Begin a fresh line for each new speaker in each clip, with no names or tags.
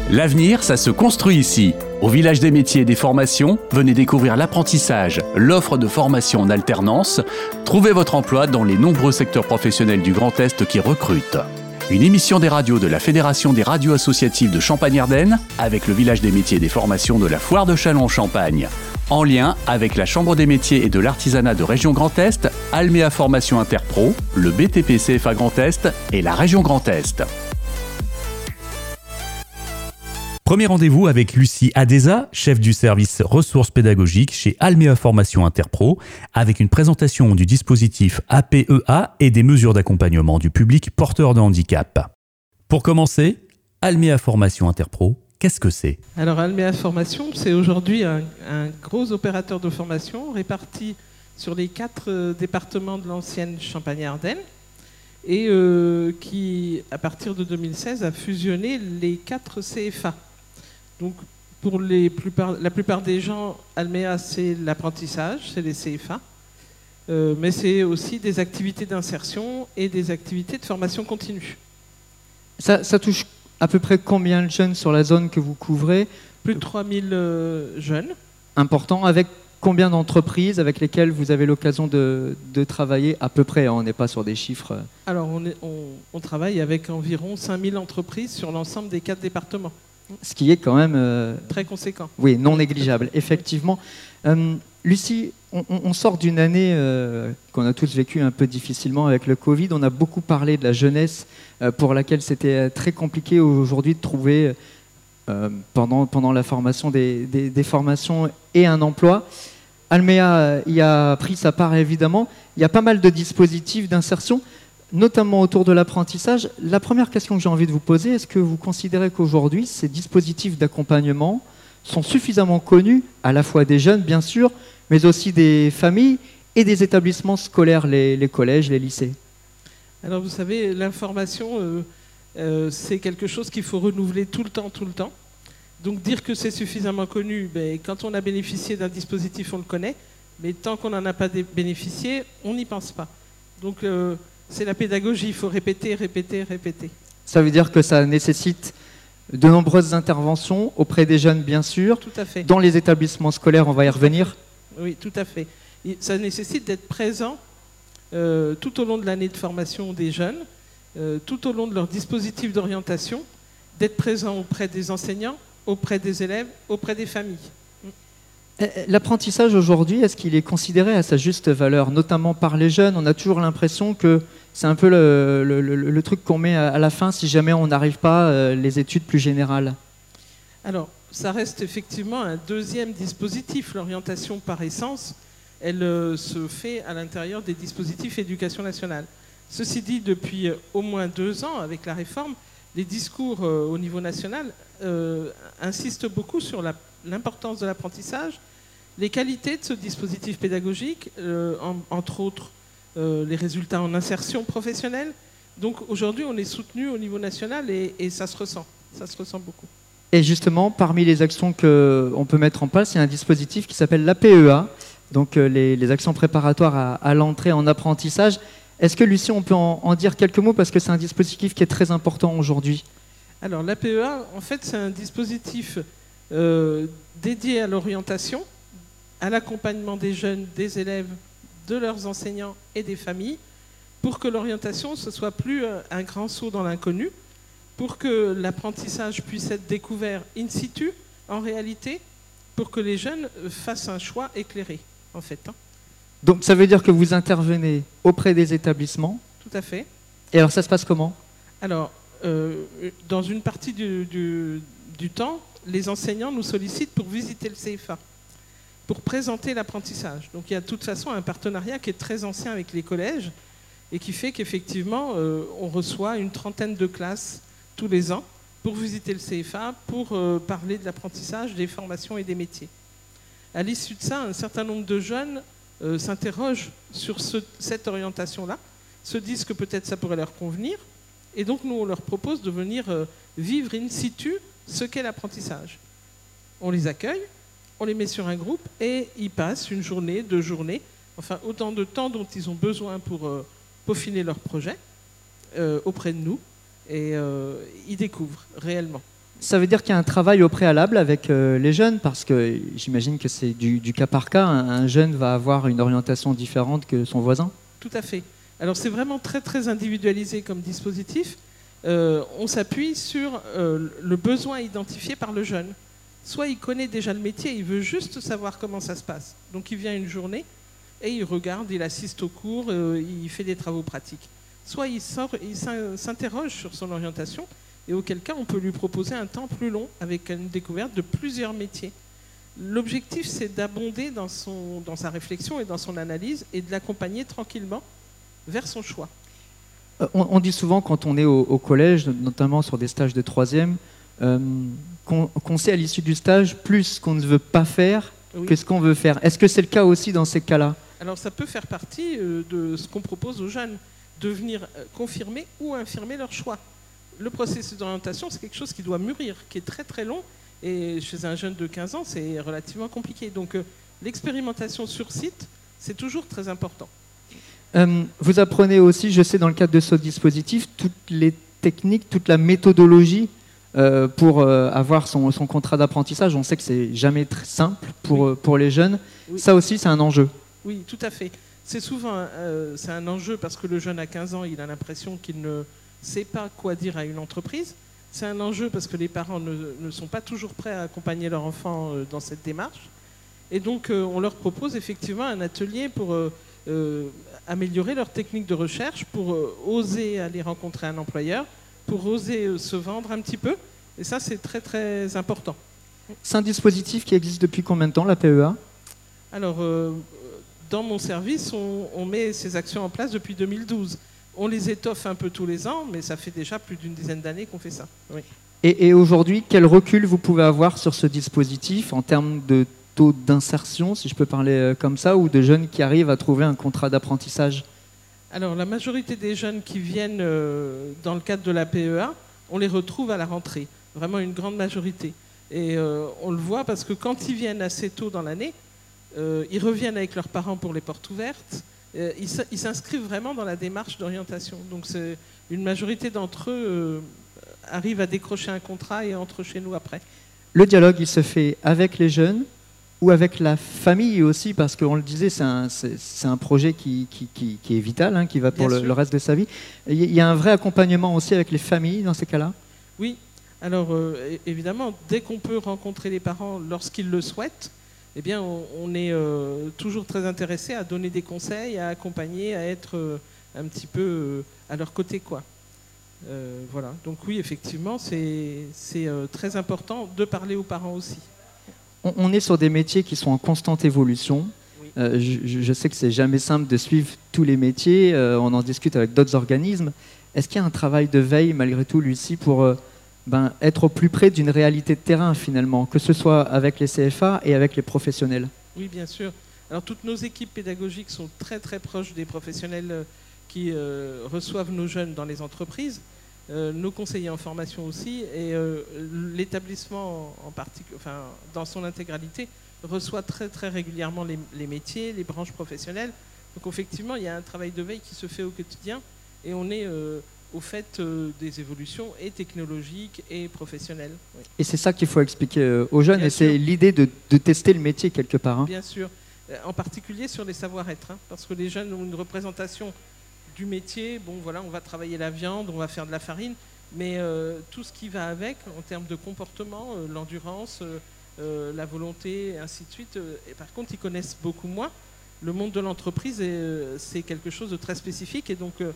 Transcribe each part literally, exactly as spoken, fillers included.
L'avenir, ça se construit ici. Au Village des métiers et des formations, venez découvrir l'apprentissage, l'offre de formation en alternance. Trouvez votre emploi dans les nombreux secteurs professionnels du Grand Est qui recrutent. Une émission des radios de la Fédération des radios associatives de Champagne-Ardenne avec le Village des métiers et des formations de la Foire de Châlons-Champagne. En lien avec la Chambre des métiers et de l'artisanat de Région Grand Est, Alméa Formation Interpro, le B T P C F A Grand Est et la Région Grand Est.
Premier rendez-vous avec Lucie Adeza, chef du service ressources pédagogiques chez Alméa Formation Interpro, avec une présentation du dispositif A P E A et des mesures d'accompagnement du public porteur de handicap. Pour commencer, Alméa Formation Interpro, qu'est-ce que c'est ?
Alors Alméa Formation, c'est aujourd'hui un, un gros opérateur de formation réparti sur les quatre euh, départements de l'ancienne Champagne-Ardenne et euh, qui, à partir de deux mille seize, a fusionné les quatre C F A. Donc, pour les plupart, la plupart des gens, Alméa, c'est l'apprentissage, c'est les C F A, euh, mais c'est aussi des activités d'insertion et des activités de formation continue.
Ça, ça touche à peu près combien de jeunes sur la zone que vous couvrez ?
Plus de trois mille euh, jeunes.
Important. Avec combien d'entreprises avec lesquelles vous avez l'occasion de, de travailler à peu près, hein, on n'est pas sur des chiffres.
Alors, on, est, on, on travaille avec environ cinq mille entreprises sur l'ensemble des quatre départements.
Ce qui est quand même... Euh,
très conséquent.
Oui, non négligeable, effectivement. Euh, Lucie, on, on sort d'une année euh, qu'on a tous vécue un peu difficilement avec le Covid. On a beaucoup parlé de la jeunesse euh, pour laquelle c'était très compliqué aujourd'hui de trouver, euh, pendant, pendant la formation, des, des, des formations et un emploi. Alméa y a pris sa part, évidemment. Il y a pas mal de dispositifs d'insertion, notamment autour de l'apprentissage. La première question que j'ai envie de vous poser, est-ce que vous considérez qu'aujourd'hui, ces dispositifs d'accompagnement sont suffisamment connus, à la fois des jeunes, bien sûr, mais aussi des familles et des établissements scolaires, les, les collèges, les lycées ?
Alors, vous savez, l'information, euh, euh, c'est quelque chose qu'il faut renouveler tout le temps, tout le temps. Donc, dire que c'est suffisamment connu, ben, quand on a bénéficié d'un dispositif, on le connaît, mais tant qu'on n'en a pas bénéficié, on n'y pense pas. Donc, euh, c'est la pédagogie, il faut répéter, répéter, répéter. Ça
veut dire que ça nécessite de nombreuses interventions auprès des jeunes, bien sûr.
Tout à fait.
Dans les établissements scolaires, on va y revenir.
Oui, tout à fait. Ça nécessite d'être présent euh, tout au long de l'année de formation des jeunes, euh, tout au long de leur dispositif d'orientation, d'être présent auprès des enseignants, auprès des élèves, auprès des familles.
L'apprentissage aujourd'hui, est-ce qu'il est considéré à sa juste valeur, notamment par les jeunes ? On a toujours l'impression que c'est un peu le, le, le, le truc qu'on met à la fin si jamais on n'arrive pas euh, les études plus générales.
Alors, ça reste effectivement un deuxième dispositif. L'orientation par essence, elle euh, se fait à l'intérieur des dispositifs éducation nationale. Ceci dit, depuis au moins deux ans, avec la réforme, les discours euh, au niveau national euh, insistent beaucoup sur la l'importance de l'apprentissage, les qualités de ce dispositif pédagogique, euh, en, entre autres euh, les résultats en insertion professionnelle. Donc aujourd'hui, on est soutenu au niveau national et, et ça se ressent, ça se ressent beaucoup.
Et justement, parmi les actions qu'on peut mettre en place, il y a un dispositif qui s'appelle l'A P E A, donc euh, les, les actions préparatoires à, à l'entrée en apprentissage. Est-ce que, Lucie, on peut en, en dire quelques mots parce que c'est un dispositif qui est très important aujourd'hui ?
Alors l'A P E A, en fait, c'est un dispositif Euh, dédié à l'orientation, à l'accompagnement des jeunes, des élèves, de leurs enseignants et des familles, pour que l'orientation ce soit plus un grand saut dans l'inconnu, pour que l'apprentissage puisse être découvert in situ, en réalité, pour que les jeunes fassent un choix éclairé, en fait. Hein.
Donc ça veut dire que vous intervenez auprès des établissements ?
Tout à fait.
Et alors ça se passe comment ?
Alors, euh, dans une partie du, du, du temps, les enseignants nous sollicitent pour visiter le C F A, pour présenter l'apprentissage. Donc il y a de toute façon un partenariat qui est très ancien avec les collèges et qui fait qu'effectivement, euh, on reçoit une trentaine de classes tous les ans pour visiter le C F A, pour euh, parler de l'apprentissage, des formations et des métiers. À l'issue de ça, un certain nombre de jeunes euh, s'interrogent sur ce, cette orientation-là, se disent que peut-être ça pourrait leur convenir, et donc nous, on leur propose de venir euh, vivre in situ ce qu'est l'apprentissage. On les accueille, on les met sur un groupe et ils passent une journée, deux journées, enfin autant de temps dont ils ont besoin pour euh, peaufiner leur projet euh, auprès de nous et euh, ils découvrent réellement.
Ça veut dire qu'il y a un travail au préalable avec euh, les jeunes, parce que j'imagine que c'est du, du cas par cas. Un, un jeune va avoir une orientation différente que son voisin.
Tout à fait. Alors c'est vraiment très très individualisé comme dispositif. Euh, on s'appuie sur euh, le besoin identifié par le jeune. Soit il connaît déjà le métier, il veut juste savoir comment ça se passe. Donc il vient une journée et il regarde, il assiste aux cours, euh, il fait des travaux pratiques. Soit il sort, il s'interroge sur son orientation, et auquel cas on peut lui proposer un temps plus long avec une découverte de plusieurs métiers. L'objectif, c'est d'abonder dans, son, dans sa réflexion et dans son analyse et de l'accompagner tranquillement vers son choix.
On, on dit souvent quand on est au, au collège, notamment sur des stages de troisième, euh, qu'on qu'on sait à l'issue du stage plus ce qu'on ne veut pas faire oui. que ce qu'on veut faire. Est-ce que c'est le cas aussi dans ces cas-là?
Alors ça peut faire partie euh, de ce qu'on propose aux jeunes, de venir euh, confirmer ou infirmer leur choix. Le processus d'orientation, c'est quelque chose qui doit mûrir, qui est très très long, et chez un jeune de quinze ans, c'est relativement compliqué. Donc euh, l'expérimentation sur site, c'est toujours très important.
Euh, vous apprenez aussi, je sais, dans le cadre de ce dispositif, toutes les techniques, toute la méthodologie euh, pour euh, avoir son, son contrat d'apprentissage. On sait que c'est jamais très simple pour, oui. pour les jeunes. Oui. Ça aussi, c'est un enjeu.
Oui, tout à fait. C'est souvent euh, c'est un enjeu parce que le jeune à quinze ans, il a l'impression qu'il ne sait pas quoi dire à une entreprise. C'est un enjeu parce que les parents ne, ne sont pas toujours prêts à accompagner leur enfant euh, dans cette démarche. Et donc, euh, on leur propose effectivement un atelier pour euh, euh, améliorer leur technique de recherche, pour euh, oser aller rencontrer un employeur, pour oser euh, se vendre un petit peu. Et ça, c'est très, très important.
C'est un dispositif qui existe depuis combien de temps, la P E A?
Alors, euh, dans mon service, on, on met ces actions en place depuis deux mille douze. On les étoffe un peu tous les ans, mais ça fait déjà plus d'une dizaine d'années qu'on fait ça. Oui.
Et, et aujourd'hui, quel recul vous pouvez avoir sur ce dispositif en termes de taux d'insertion, si je peux parler comme ça, ou de jeunes qui arrivent à trouver un contrat d'apprentissage?
Alors, la majorité des jeunes qui viennent euh, dans le cadre de la P E A, on les retrouve à la rentrée. Vraiment une grande majorité. Et euh, on le voit parce que quand ils viennent assez tôt dans l'année, euh, ils reviennent avec leurs parents pour les portes ouvertes. Euh, ils s'inscrivent vraiment dans la démarche d'orientation. Donc, c'est une majorité d'entre eux euh, arrivent à décrocher un contrat et entrent chez nous après.
Le dialogue, il se fait avec les jeunes ou avec la famille aussi, parce qu'on le disait, c'est un, c'est un projet qui, qui, qui, qui est vital, hein, qui va pour le, le reste de sa vie. Il y a un vrai accompagnement aussi avec les familles dans ces cas-là?
Oui. Alors, euh, évidemment, dès qu'on peut rencontrer les parents lorsqu'ils le souhaitent, eh bien, on, on est euh, toujours très intéressé à donner des conseils, à accompagner, à être euh, un petit peu euh, à leur côté, quoi. Euh, voilà. Donc oui, effectivement, c'est euh, très important de parler aux parents aussi.
On, on est sur des métiers qui sont en constante évolution. Oui. Euh, je, je sais que c'est jamais simple de suivre tous les métiers. Euh, on en discute avec d'autres organismes. Est-ce qu'il y a un travail de veille, malgré tout, Lucie, pour euh, ben, être au plus près d'une réalité de terrain, finalement, que ce soit avec les C F A et avec les professionnels?
Oui, bien sûr. Alors, toutes nos équipes pédagogiques sont très, très proches des professionnels qui euh, reçoivent nos jeunes dans les entreprises, euh, nos conseillers en formation aussi, et euh, l'établissement, en particulier, enfin, dans son intégralité, reçoit très, très régulièrement les, les métiers, les branches professionnelles. Donc, effectivement, il y a un travail de veille qui se fait au quotidien, et on est euh, au fait euh, des évolutions et technologiques et professionnelles. Oui.
Et c'est ça qu'il faut expliquer aux jeunes, bien et c'est l'idée de, de tester le métier quelque part. Hein.
Bien sûr, en particulier sur les savoir-être, hein, parce que les jeunes ont une représentation du métier. Bon, voilà, on va travailler la viande, on va faire de la farine, mais euh, tout ce qui va avec, en termes de comportement, euh, l'endurance, euh, euh, la volonté, et ainsi de suite. Euh, et par contre, ils connaissent beaucoup moins. Le monde de l'entreprise, euh, c'est quelque chose de très spécifique, et donc euh,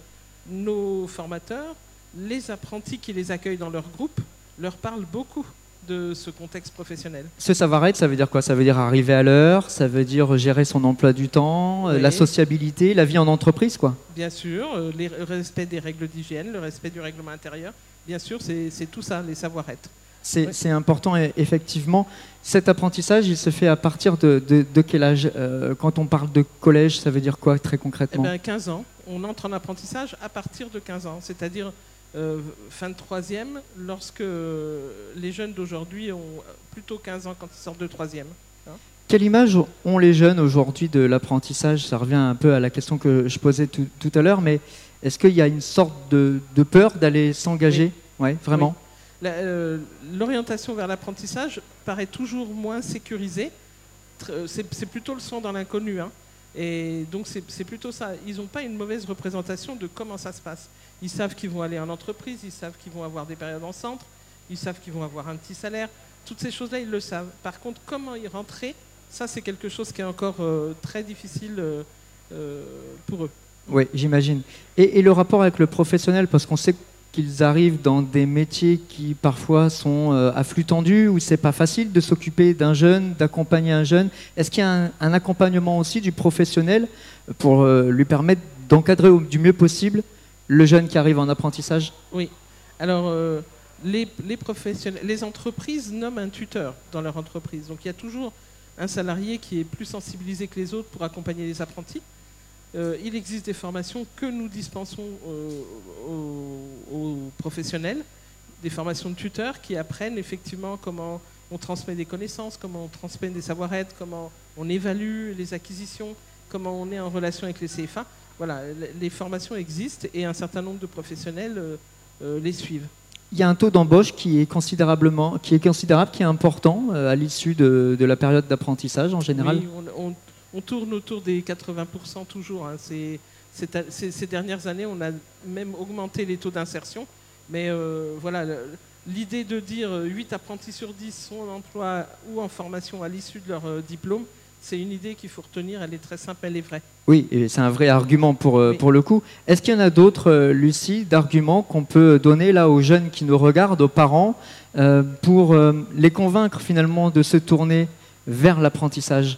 nos formateurs, les apprentis qui les accueillent dans leur groupe, leur parlent beaucoup de ce contexte professionnel.
Ce savoir-être, ça veut dire quoi? Ça veut dire arriver à l'heure, ça veut dire gérer son emploi du temps, oui. La sociabilité, la vie en entreprise, quoi.
Bien sûr, euh, les, le respect des règles d'hygiène, le respect du règlement intérieur, bien sûr, c'est tout ça, les savoir-être. C'est
oui. important, effectivement. Cet apprentissage, il se fait à partir de, de, de quel âge? euh, Quand on parle de collège, ça veut dire quoi très concrètement?
Eh bien, quinze ans. On entre en apprentissage à partir de quinze ans, c'est-à-dire euh, fin de troisième, lorsque euh, les jeunes d'aujourd'hui ont plutôt quinze ans quand ils sortent de troisième. Hein.
Quelle image ont les jeunes aujourd'hui de l'apprentissage? Ça revient un peu à la question que je posais tout, tout à l'heure, mais est-ce qu'il y a une sorte de, de peur d'aller s'engager?
Oui.
Ouais, vraiment.
Oui. la, euh, l'orientation vers l'apprentissage paraît toujours moins sécurisée. C'est, c'est plutôt le son dans l'inconnu. Hein. Et donc c'est, c'est plutôt ça. Ils n'ont pas une mauvaise représentation de comment ça se passe. Ils savent qu'ils vont aller en entreprise, ils savent qu'ils vont avoir des périodes en centre, ils savent qu'ils vont avoir un petit salaire. Toutes ces choses-là, ils le savent. Par contre, comment y rentrer, ça c'est quelque chose qui est encore euh, très difficile euh, euh, pour eux.
Oui, j'imagine. Et, et le rapport avec le professionnel, parce qu'on sait qu'ils arrivent dans des métiers qui parfois sont euh, à flux tendu, où c'est pas facile de s'occuper d'un jeune, d'accompagner un jeune. Est-ce qu'il y a un, un accompagnement aussi du professionnel pour euh, lui permettre d'encadrer au, du mieux possible le jeune qui arrive en apprentissage?
Oui. Alors, euh, les, les professionnels, les entreprises nomment un tuteur dans leur entreprise. Donc, il y a toujours un salarié qui est plus sensibilisé que les autres pour accompagner les apprentis. Euh, il existe des formations que nous dispensons euh, aux, aux professionnels, des formations de tuteurs qui apprennent effectivement comment on transmet des connaissances, comment on transmet des savoir-être, comment on évalue les acquisitions, comment on est en relation avec les C F A. Voilà, les formations existent et un certain nombre de professionnels euh, euh, les suivent.
Il y a un taux d'embauche qui est considérablement, qui est considérable, qui est important euh, à l'issue de, de la période d'apprentissage en général.
Oui, on, on, on tourne autour des quatre-vingts pour cent toujours. Hein. C'est, c'est, c'est, ces dernières années, on a même augmenté les taux d'insertion. Mais euh, voilà, l'idée de dire huit apprentis sur dix sont en emploi ou en formation à l'issue de leur euh, diplôme, c'est une idée qu'il faut retenir. Elle est très simple, elle est vraie.
Oui, et c'est un vrai argument pour, euh,
oui.
pour le coup. Est-ce qu'il y en a d'autres, euh, Lucie, d'arguments qu'on peut donner là aux jeunes qui nous regardent, aux parents, euh, pour euh, les convaincre finalement de se tourner vers l'apprentissage?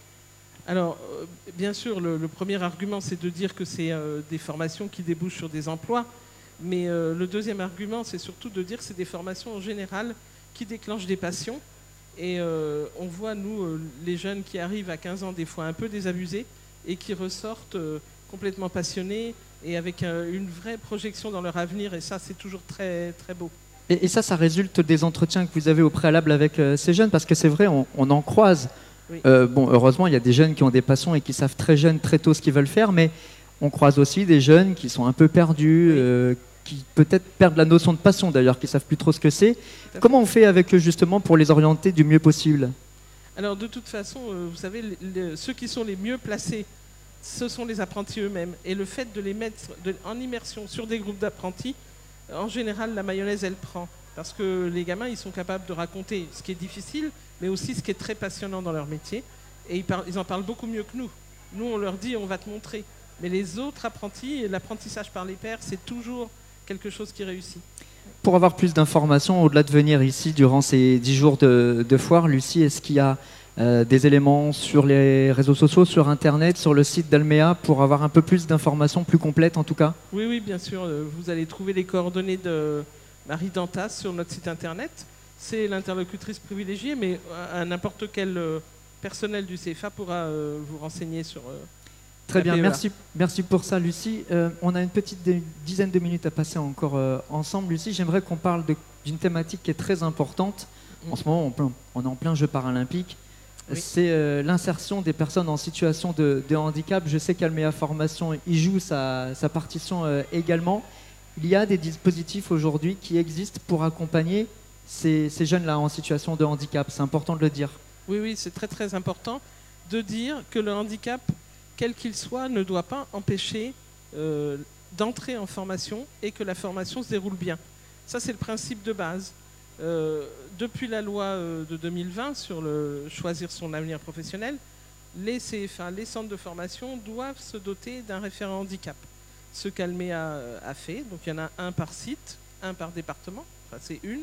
Alors, euh, bien sûr, le, le premier argument, c'est de dire que c'est euh, des formations qui débouchent sur des emplois. Mais euh, le deuxième argument, c'est surtout de dire que c'est des formations en général qui déclenchent des passions. Et euh, on voit, nous, euh, les jeunes qui arrivent à quinze ans, des fois un peu désabusés, et qui ressortent euh, complètement passionnés et avec euh, une vraie projection dans leur avenir. Et ça, c'est toujours très, très beau.
Et, et ça, ça résulte des entretiens que vous avez au préalable avec euh, ces jeunes, parce que c'est vrai, on, on en croise.
Oui.
Euh, bon, heureusement, il y a des jeunes qui ont des passions et qui savent très jeunes, très tôt ce qu'ils veulent faire, mais on croise aussi des jeunes qui sont un peu perdus, oui. euh, qui peut-être perdent la notion de passion d'ailleurs, qui ne savent plus trop ce que c'est. Comment on fait avec eux justement pour les orienter du mieux possible?
Alors de toute façon, euh, vous savez, les, les, ceux qui sont les mieux placés, ce sont les apprentis eux-mêmes. Et le fait de les mettre de, en immersion sur des groupes d'apprentis, en général, la mayonnaise, elle prend. Parce que les gamins, ils sont capables de raconter ce qui est difficile, mais aussi ce qui est très passionnant dans leur métier. Et ils, par, ils en parlent beaucoup mieux que nous. Nous, on leur dit, on va te montrer. Mais les autres apprentis, l'apprentissage par les pairs, c'est toujours quelque chose qui réussit.
Pour avoir plus d'informations, au-delà de venir ici durant ces dix jours de, de foire, Lucie, est-ce qu'il y a euh, des éléments sur les réseaux sociaux, sur Internet, sur le site d'Alméa, pour avoir un peu plus d'informations, plus complètes en tout cas?
Oui, oui, bien sûr. Vous allez trouver les coordonnées de Marie Dantas sur notre site Internet. C'est l'interlocutrice privilégiée, mais à n'importe quel personnel du C F A pourra euh, vous renseigner sur... Euh,
Très bien, merci, merci pour ça, Lucie. Euh, on a une petite dizaine de minutes à passer encore euh, ensemble. Lucie, j'aimerais qu'on parle d'une thématique qui est très importante. Mmh. En ce moment, on, on est en plein jeu paralympique. Oui. C'est euh, l'insertion des personnes en situation de, de handicap. Je sais qu'Alméa Formation y joue sa, sa partition euh, également. Il y a des dispositifs aujourd'hui qui existent pour accompagner ces, ces jeunes-là en situation de handicap. C'est important de le dire.
Oui, oui, c'est très, très important de dire que le handicap, quel qu'il soit, ne doit pas empêcher euh, d'entrer en formation et que la formation se déroule bien. Ça, c'est le principe de base. Euh, depuis la loi euh, de deux mille vingt sur le choisir son avenir professionnel, les C F A, les centres de formation doivent se doter d'un référent handicap. Ce qu'Alméa a fait, donc il y en a un par site, un par département, enfin c'est une.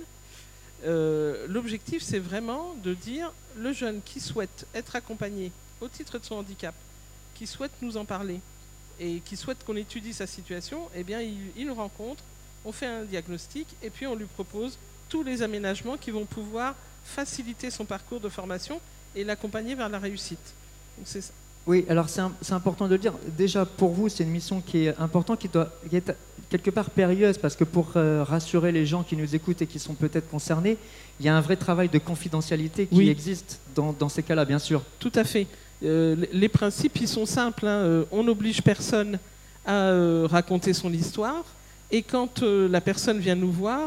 Euh, l'objectif, c'est vraiment de dire le jeune qui souhaite être accompagné au titre de son handicap, qui souhaite nous en parler et qui souhaite qu'on étudie sa situation, eh bien, il, il nous rencontre, on fait un diagnostic et puis on lui propose tous les aménagements qui vont pouvoir faciliter son parcours de formation et l'accompagner vers la réussite. Donc, c'est ça.
Oui, alors c'est important de le dire. Déjà, pour vous, c'est une mission qui est importante, qui doit qui est quelque part périlleuse, parce que pour euh, rassurer les gens qui nous écoutent et qui sont peut-être concernés, il y a un vrai travail de confidentialité qui oui. existe dans, dans ces cas-là, bien sûr.
Tout à fait. Euh, les principes, ils sont simples. Hein. Euh, on n'oblige personne à euh, raconter son histoire. Et quand euh, la personne vient nous voir,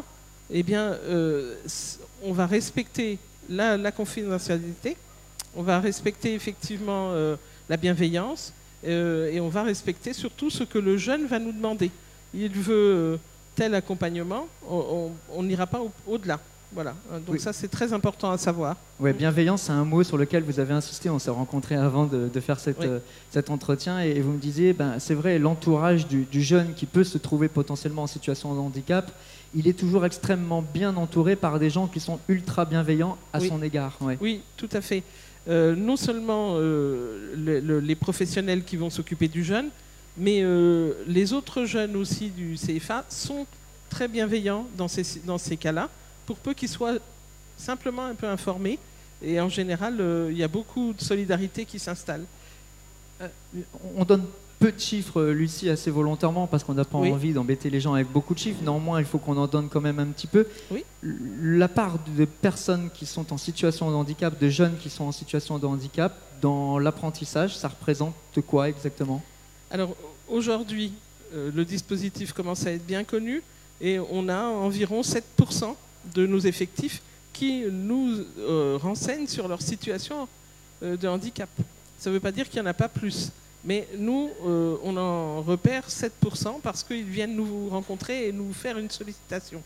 eh bien, euh, on va respecter la, la confidentialité, on va respecter effectivement euh, la bienveillance euh, et on va respecter surtout ce que le jeune va nous demander. Il veut euh, tel accompagnement, on n'ira pas au, au-delà. Voilà, donc oui. Ça c'est très important à savoir.
Ouais, bienveillance, c'est un mot sur lequel vous avez insisté. On s'est rencontrés avant de, de faire cette, oui. euh, cet entretien et vous me disiez, ben, c'est vrai, l'entourage du, du jeune qui peut se trouver potentiellement en situation de handicap, il est toujours extrêmement bien entouré par des gens qui sont ultra bienveillants à oui. son égard. Ouais.
Oui, tout à fait. Euh, non seulement euh, le, le, les professionnels qui vont s'occuper du jeune, mais euh, les autres jeunes aussi du C F A sont très bienveillants dans ces, dans ces cas-là, pour peu qu'ils soient simplement un peu informés. Et en général, euh, il y a beaucoup de solidarité qui s'installe.
Euh, on donne peu de chiffres, Lucie, assez volontairement, parce qu'on n'a pas oui. envie d'embêter les gens avec beaucoup de chiffres. Néanmoins, il faut qu'on en donne quand même un petit peu.
Oui.
La part de personnes qui sont en situation de handicap, de jeunes qui sont en situation de handicap, dans l'apprentissage, ça représente quoi exactement ?
Alors, aujourd'hui, euh, le dispositif commence à être bien connu et on a environ sept pour cent de nos effectifs qui nous euh, renseignent sur leur situation euh, de handicap. Ça ne veut pas dire qu'il n'y en a pas plus, mais nous, euh, on en repère sept pour cent parce qu'ils viennent nous rencontrer et nous faire une sollicitation.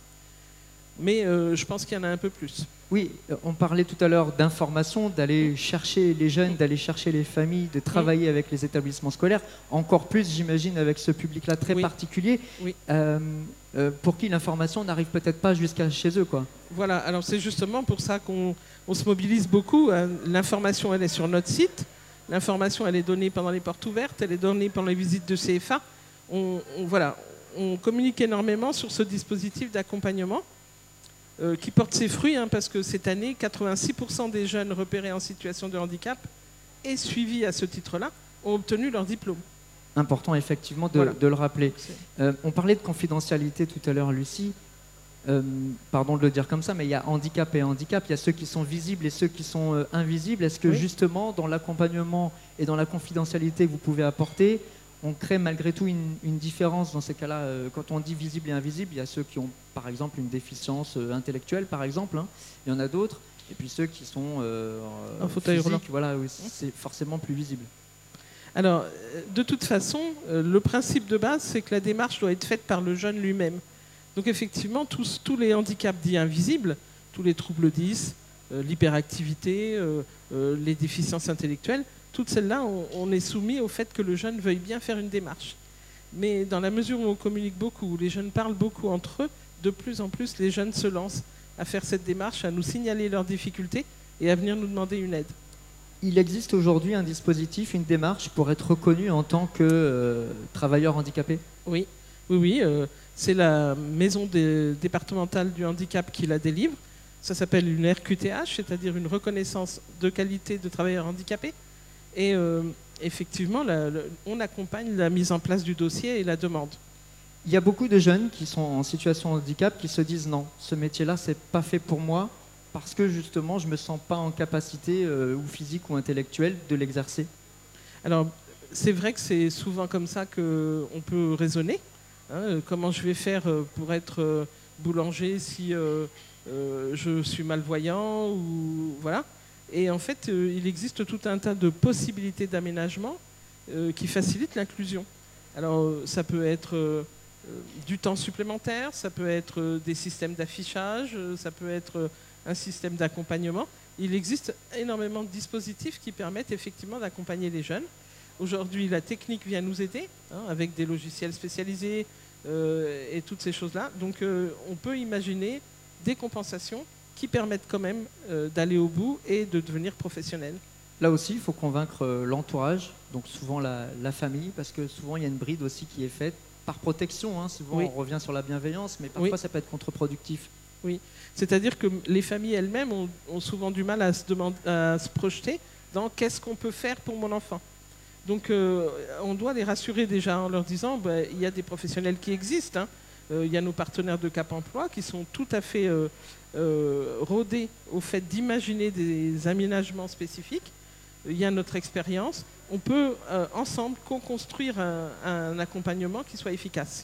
Mais euh, je pense qu'il y en a un peu plus.
Oui, on parlait tout à l'heure d'information, d'aller chercher les jeunes, d'aller chercher les familles, de travailler oui. avec les établissements scolaires. Encore plus, j'imagine, avec ce public-là très
oui.
particulier,
oui.
euh, euh, pour qui l'information n'arrive peut-être pas jusqu'à chez eux, quoi.
Voilà, alors c'est justement pour ça qu'on on se mobilise beaucoup. L'information, elle est sur notre site. L'information, elle est donnée pendant les portes ouvertes, elle est donnée pendant les visites de C F A. On, on, voilà, on communique énormément sur ce dispositif d'accompagnement. Euh, qui porte ses fruits, hein, parce que cette année, quatre-vingt-six pour cent des jeunes repérés en situation de handicap et suivis à ce titre-là ont obtenu leur diplôme.
Important, effectivement, de, voilà. de le rappeler. Euh, on parlait de confidentialité tout à l'heure, Lucie. Euh, pardon de le dire comme ça, mais il y a handicap et handicap. Il y a ceux qui sont visibles et ceux qui sont euh, invisibles. Est-ce que oui. justement, dans l'accompagnement et dans la confidentialité que vous pouvez apporter, on crée malgré tout une, une différence dans ces cas-là. Euh, quand on dit visible et invisible, il y a ceux qui ont, par exemple, une déficience euh, intellectuelle, par exemple. Hein. Il y en a d'autres. Et puis ceux qui sont euh,
un fauteuil roulant.
Voilà, oui, c'est forcément plus visible.
Alors, de toute façon, euh, le principe de base, c'est que la démarche doit être faite par le jeune lui-même. Donc, effectivement, tous, tous les handicaps dits invisibles, tous les troubles dys, euh, l'hyperactivité, euh, euh, les déficiences intellectuelles, toutes celles-là, on, on est soumis au fait que le jeune veuille bien faire une démarche. Mais dans la mesure où on communique beaucoup, où les jeunes parlent beaucoup entre eux, de plus en plus, les jeunes se lancent à faire cette démarche, à nous signaler leurs difficultés et à venir nous demander une aide.
Il existe aujourd'hui un dispositif, une démarche pour être reconnu en tant que euh, travailleur handicapé ?
Oui, oui, oui. Euh, c'est la maison des, départementale du handicap qui la délivre. Ça s'appelle une R Q T H, c'est-à-dire une reconnaissance de qualité de travailleur handicapé. Et euh, effectivement, la, la, on accompagne la mise en place du dossier et la demande.
Il y a beaucoup de jeunes qui sont en situation de handicap qui se disent non, ce métier-là, c'est pas fait pour moi parce que justement, je me sens pas en capacité euh, ou physique ou intellectuelle de l'exercer.
Alors, c'est vrai que c'est souvent comme ça qu'on peut raisonner. Hein, comment je vais faire pour être euh, boulanger si euh, euh, je suis malvoyant ou voilà. Et en fait, euh, il existe tout un tas de possibilités d'aménagement euh, qui facilitent l'inclusion. Alors, euh, ça peut être euh, du temps supplémentaire, ça peut être euh, des systèmes d'affichage, euh, ça peut être euh, un système d'accompagnement. Il existe énormément de dispositifs qui permettent effectivement d'accompagner les jeunes. Aujourd'hui, la technique vient nous aider, hein, avec des logiciels spécialisés euh, et toutes ces choses-là. Donc, euh, on peut imaginer des compensations qui permettent quand même euh, d'aller au bout et de devenir professionnel.
Là aussi, il faut convaincre euh, l'entourage, donc souvent la, la famille, parce que souvent il y a une bride aussi qui est faite par protection. Hein, souvent oui. on revient sur la bienveillance, mais parfois oui. ça peut être contre-productif.
Oui, c'est-à-dire que les familles elles-mêmes ont, ont souvent du mal à se, demander, à se projeter dans qu'est-ce qu'on peut faire pour mon enfant. Donc euh, on doit les rassurer déjà en leur disant bah, il y a des professionnels qui existent. Hein. Euh, il y a nos partenaires de Cap Emploi qui sont tout à fait euh, euh, rodés au fait d'imaginer des aménagements spécifiques. Il y a notre expérience. On peut euh, ensemble co-construire un, un accompagnement qui soit efficace.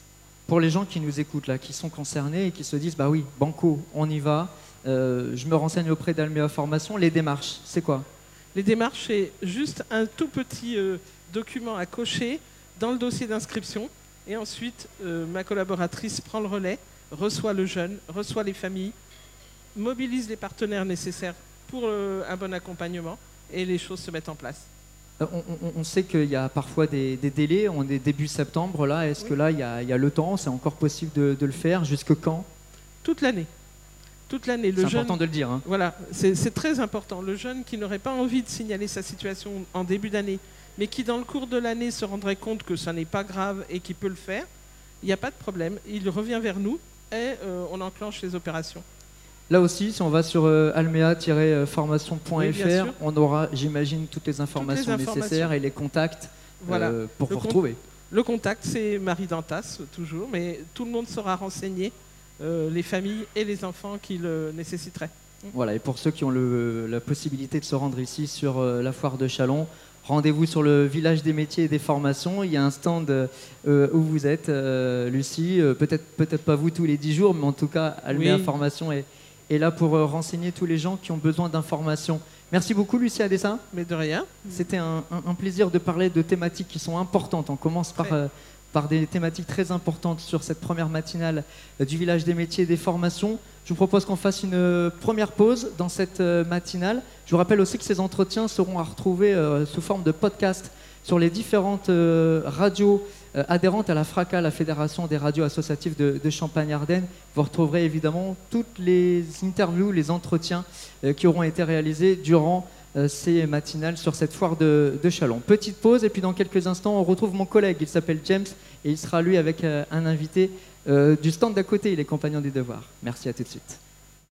pour les gens qui nous écoutent, là, qui sont concernés et qui se disent, bah oui, banco, on y va, euh, je me renseigne auprès d'Almea Formation, les démarches, c'est quoi?
Les démarches, c'est juste un tout petit euh, document à cocher dans le dossier d'inscription. Et ensuite, euh, ma collaboratrice prend le relais, reçoit le jeune, reçoit les familles, mobilise les partenaires nécessaires pour euh, un bon accompagnement et les choses se mettent en place.
On, on, on sait qu'il y a parfois des, des délais, on est début septembre, là, est-ce
oui.
que là, il y, a, il y a le temps, c'est encore possible de, de le faire, jusque quand?
Toute l'année. Toute l'année.
C'est
jeune,
important de le dire. Hein.
Voilà, c'est très important. Le jeune qui n'aurait pas envie de signaler sa situation en début d'année, mais qui dans le cours de l'année se rendrait compte que ça n'est pas grave et qui peut le faire, il n'y a pas de problème. Il revient vers nous et euh, on enclenche les opérations.
Là aussi, si on va sur euh, almea tiret formation point f r, oui, on aura, j'imagine, toutes les informations, toutes les informations nécessaires et les contacts
voilà.
euh, pour
le
vous retrouver.
Le contact, c'est Marie Dantas, toujours, mais tout le monde sera renseigné, euh, les familles et les enfants qui le nécessiteraient.
Voilà, et pour ceux qui ont le, la possibilité de se rendre ici sur euh, la foire de Châlons, rendez-vous sur le village des métiers et des formations. Il y a un stand euh, où vous êtes, euh, Lucie. Euh, peut-être peut-être pas vous tous les dix jours, mais en tout cas, Almea oui. Formation est, est là pour euh, renseigner tous les gens qui ont besoin d'informations. Merci beaucoup, Lucie Adessin.
Mais de rien.
C'était un, un, un plaisir de parler de thématiques qui sont importantes. On commence par, euh, par des thématiques très importantes sur cette première matinale euh, du village des métiers et des formations. Je vous propose qu'on fasse une euh, première pause dans cette euh, matinale. Je vous rappelle aussi que ces entretiens seront à retrouver euh, sous forme de podcast sur les différentes euh, radios euh, adhérentes à la FRACA, la Fédération des radios associatives de, de Champagne-Ardenne. Vous retrouverez évidemment toutes les interviews, les entretiens euh, qui auront été réalisés durant euh, ces matinales sur cette foire de, de Châlons. Petite pause et puis dans quelques instants, on retrouve mon collègue. Il s'appelle James et il sera lui avec euh, un invité euh, du stand d'à côté. Il est compagnon des devoirs. Merci, à tout de suite.